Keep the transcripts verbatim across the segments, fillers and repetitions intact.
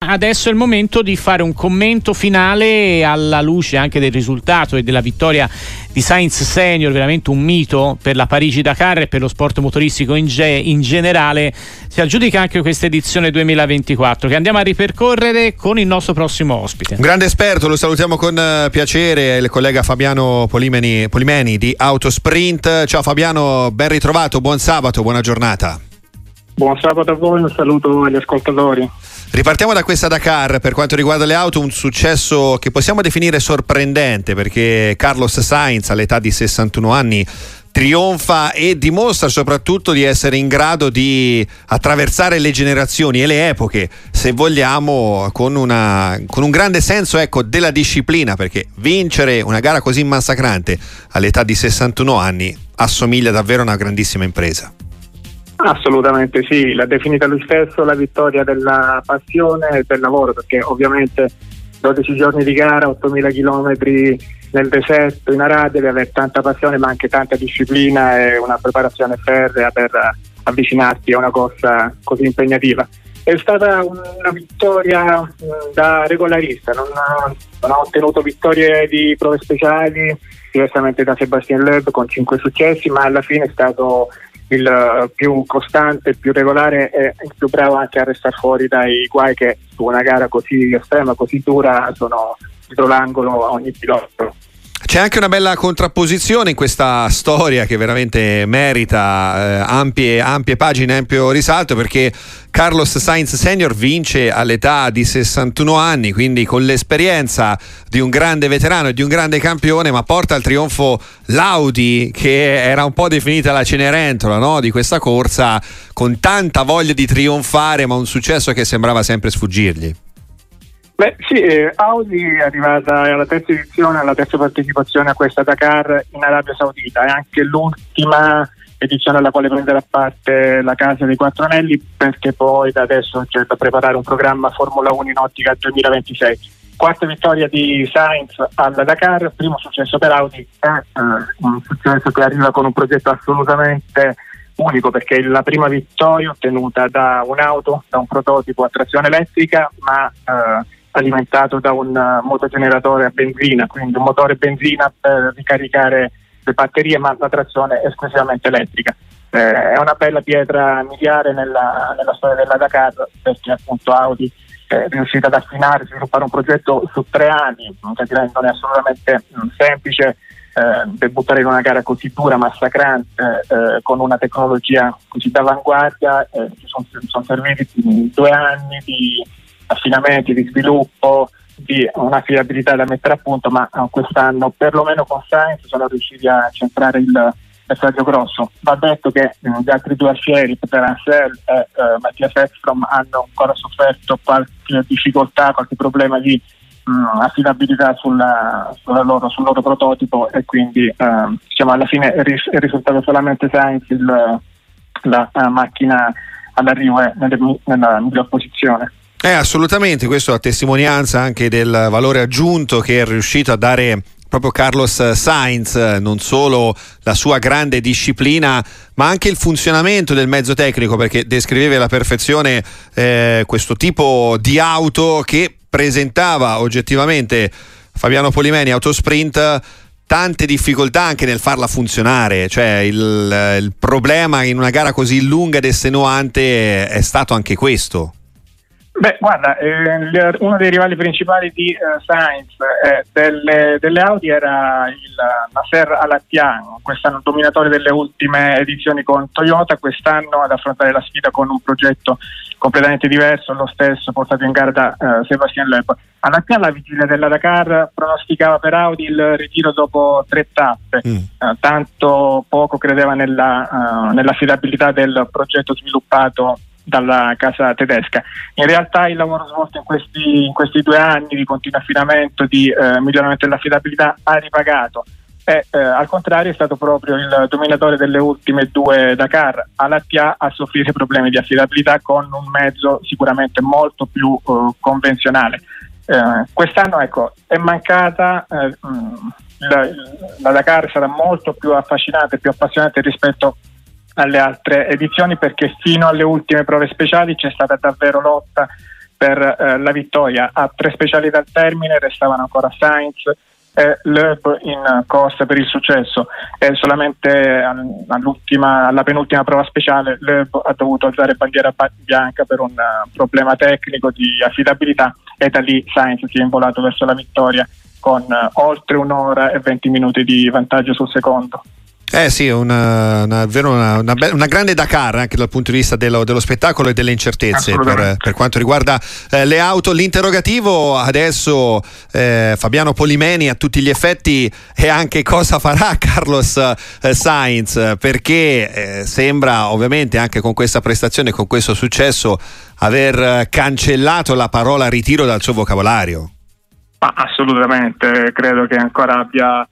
adesso è il momento di fare un commento finale alla luce anche del risultato e della vittoria di Sainz Senior, veramente un mito per la Parigi-Dakar e per lo sport motoristico in, ge- in generale. Si aggiudica anche questa edizione duemilaventiquattro che andiamo a ripercorrere con il nostro prossimo ospite. Un grande esperto, lo salutiamo con uh, piacere, il collega Fabiano Polimeni, Polimeni di Autosprint. Ciao Fabiano, ben ritrovato, buon sabato, buona giornata. Buon sabato a voi, un saluto agli ascoltatori. Ripartiamo da questa Dakar. Per quanto riguarda le auto, un successo che possiamo definire sorprendente, perché Carlos Sainz all'età di sessantuno anni trionfa e dimostra soprattutto di essere in grado di attraversare le generazioni e le epoche, se vogliamo, con, una, con un grande senso, ecco, della disciplina, perché vincere una gara così massacrante all'età di sessantuno anni assomiglia davvero a una grandissima impresa. Assolutamente sì, l'ha definita lui stesso la vittoria della passione e del lavoro, perché ovviamente dodici giorni di gara, ottomila chilometri nel deserto in Arabia, deve avere tanta passione ma anche tanta disciplina e una preparazione ferrea per avvicinarsi a una corsa così impegnativa. È stata una vittoria mh, da regolarista, non ha, non ha ottenuto vittorie di prove speciali, diversamente da Sébastien Loeb con cinque successi, ma alla fine è stato il più costante, il più regolare e il più bravo anche a restare fuori dai guai che su una gara così estrema, così dura, sono dietro l'angolo a ogni chilometro. C'è anche una bella contrapposizione in questa storia che veramente merita eh, ampie, ampie pagine, ampio risalto, perché Carlos Sainz Senior vince all'età di sessantuno anni, quindi con l'esperienza di un grande veterano e di un grande campione, ma porta al trionfo l'Audi, che era un po' definita la Cenerentola, no? Di questa corsa, con tanta voglia di trionfare, ma un successo che sembrava sempre sfuggirgli. Beh sì, eh, Audi è arrivata alla terza edizione, alla terza partecipazione a questa Dakar in Arabia Saudita, è anche l'ultima edizione alla quale prenderà parte la Casa dei Quattro Anelli, perché poi da adesso c'è da preparare un programma Formula uno in ottica duemilaventisei. Quarta vittoria di Sainz alla Dakar, primo successo per Audi, è eh, un successo che arriva con un progetto assolutamente unico, perché è la prima vittoria ottenuta da un'auto, da un prototipo a trazione elettrica, ma eh, alimentato da un uh, motogeneratore a benzina, quindi un motore benzina per ricaricare le batterie, ma la trazione è esclusivamente elettrica. Eh, è una bella pietra miliare nella, nella storia della Dakar, perché appunto Audi è riuscita ad affinare, sviluppare un progetto su tre anni, che direi non è assolutamente mh, semplice eh, debuttare in una gara così dura, massacrante, eh, con una tecnologia così d'avanguardia. Eh, ci sono, sono serviti due anni di affinamenti, di sviluppo, di un'affidabilità da mettere a punto, ma uh, quest'anno perlomeno con Sainz sono riusciti a centrare il messaggio grosso. Va detto che uh, gli altri due alfieri, Peter Ansel e uh, Mattias Ekstrom, hanno ancora sofferto qualche difficoltà, qualche problema di uh, affidabilità sulla, sulla loro, sul loro prototipo, e quindi uh, diciamo alla fine è, ris- è risultato solamente Sainz il, la uh, macchina all'arrivo è nelle, nella miglior posizione. Eh, assolutamente, questo a testimonianza anche del valore aggiunto che è riuscito a dare proprio Carlos Sainz, non solo la sua grande disciplina, ma anche il funzionamento del mezzo tecnico, perché descriveva alla perfezione eh, questo tipo di auto che presentava oggettivamente, Fabiano Polimeni, Autosprint, tante difficoltà anche nel farla funzionare. Cioè il, il problema in una gara così lunga ed estenuante è stato anche questo. Beh, guarda, eh, uno dei rivali principali di eh, Sainz eh, delle, delle Audi era il Nasser Al-Attiyah, quest'anno dominatore delle ultime edizioni con Toyota, quest'anno ad affrontare la sfida con un progetto completamente diverso, lo stesso portato in gara da eh, Sébastien Loeb. Al-Attiyah, alla vigilia della Dakar, pronosticava per Audi il ritiro dopo tre tappe, mm. eh, tanto poco credeva nella, uh, nell'affidabilità del progetto sviluppato dalla casa tedesca. In realtà il lavoro svolto in questi, in questi due anni di continuo affinamento, di eh, miglioramento dell'affidabilità ha ripagato, e eh, al contrario è stato proprio il dominatore delle ultime due Dakar, Al-Attiyah, a soffrire problemi di affidabilità con un mezzo sicuramente molto più eh, convenzionale. Eh, quest'anno ecco è mancata eh, la, la Dakar sarà molto più affascinante, più appassionante rispetto alle altre edizioni, perché fino alle ultime prove speciali c'è stata davvero lotta per eh, la vittoria. A tre specialità al termine restavano ancora Sainz e Loeb in corsa per il successo, e solamente all'ultima, alla penultima prova speciale Loeb ha dovuto alzare bandiera bianca per un uh, problema tecnico di affidabilità, e da lì Sainz si è involato verso la vittoria con uh, oltre un'ora e venti minuti di vantaggio sul secondo. Eh sì, una, una, una, una, una grande Dakar anche dal punto di vista dello, dello spettacolo e delle incertezze per, per quanto riguarda eh, le auto. L'interrogativo adesso, eh, Fabiano Polimeni, a tutti gli effetti è anche cosa farà Carlos eh, Sainz, perché eh, sembra ovviamente anche con questa prestazione, con questo successo, aver cancellato la parola ritiro dal suo vocabolario. Ma assolutamente, credo che ancora abbia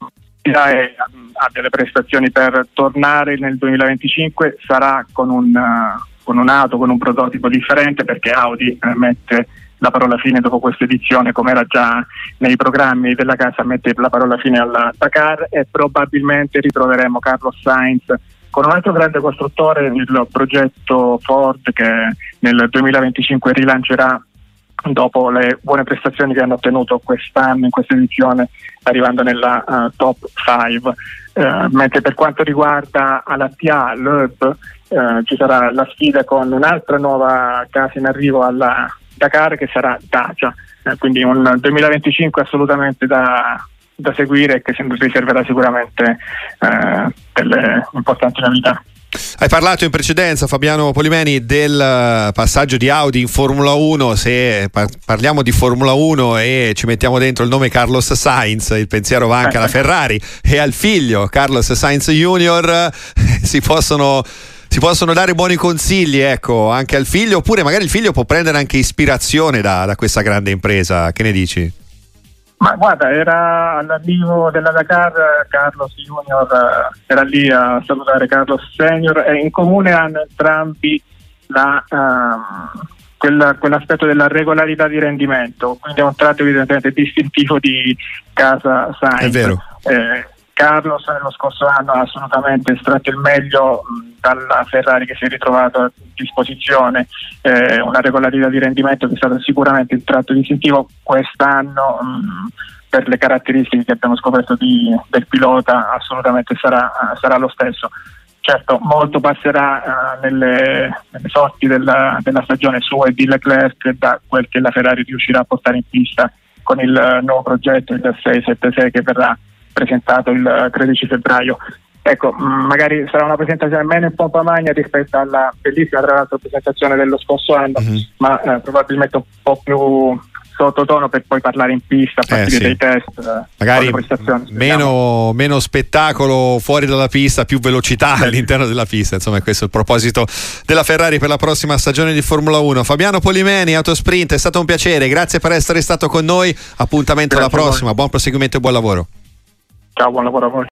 ha delle prestazioni per tornare nel duemilaventicinque. Sarà con un uh, con un'auto, con un prototipo differente, perché Audi eh, mette la parola fine dopo questa edizione, come era già nei programmi della casa, mette la parola fine alla Dakar, e probabilmente ritroveremo Carlos Sainz con un altro grande costruttore, il progetto Ford, che nel duemilaventicinque rilancerà dopo le buone prestazioni che hanno ottenuto quest'anno in questa edizione, arrivando nella uh, top cinque. Uh, mentre per quanto riguarda la T A Loeb, uh, ci sarà la sfida con un'altra nuova casa in arrivo alla Dakar, che sarà Dacia, uh, quindi un duemilaventicinque assolutamente da, da seguire, e che riserverà sicuramente uh, delle importanti novità. Hai parlato in precedenza, Fabiano Polimeni, del passaggio di Audi in Formula uno. Se parliamo di Formula uno e ci mettiamo dentro il nome Carlos Sainz, il pensiero va anche alla Ferrari e al figlio Carlos Sainz Junior. Si possono si possono dare buoni consigli, ecco, anche al figlio, oppure magari il figlio può prendere anche ispirazione da, da questa grande impresa. Che ne dici? Ma guarda, era all'arrivo della Dakar, Carlos Junior era lì a salutare Carlos Senior, e in comune hanno entrambi la, uh, quella, quell'aspetto della regolarità di rendimento, quindi è un tratto evidentemente distintivo di casa Sainz. È vero. Eh, Carlos nello scorso anno ha assolutamente estratto il meglio mh, dalla Ferrari, che si è ritrovato a disposizione, eh, una regolarità di rendimento che è stato sicuramente il tratto distintivo. Quest'anno mh, per le caratteristiche che abbiamo scoperto di, del pilota assolutamente sarà, uh, sarà lo stesso. Certo, molto passerà uh, nelle, nelle sorti della, della stagione sua e di Leclerc, da quel che la Ferrari riuscirà a portare in pista con il uh, nuovo progetto, il sei sette sei, che verrà presentato il tredici febbraio. Ecco, magari sarà una presentazione meno in pompa magna rispetto alla bellissima, tra l'altro, presentazione dello scorso anno, mm-hmm. ma eh, probabilmente un po' più sottotono per poi parlare in pista, a partire eh, sì. dei test, magari meno, meno spettacolo fuori dalla pista, più velocità sì. all'interno della pista. Insomma, questo è il proposito della Ferrari per la prossima stagione di Formula uno. Fabiano Polimeni, Autosprint, è stato un piacere, grazie per essere stato con noi, appuntamento grazie alla prossima, buon proseguimento e buon lavoro. Ciao, buon lavoro a voi.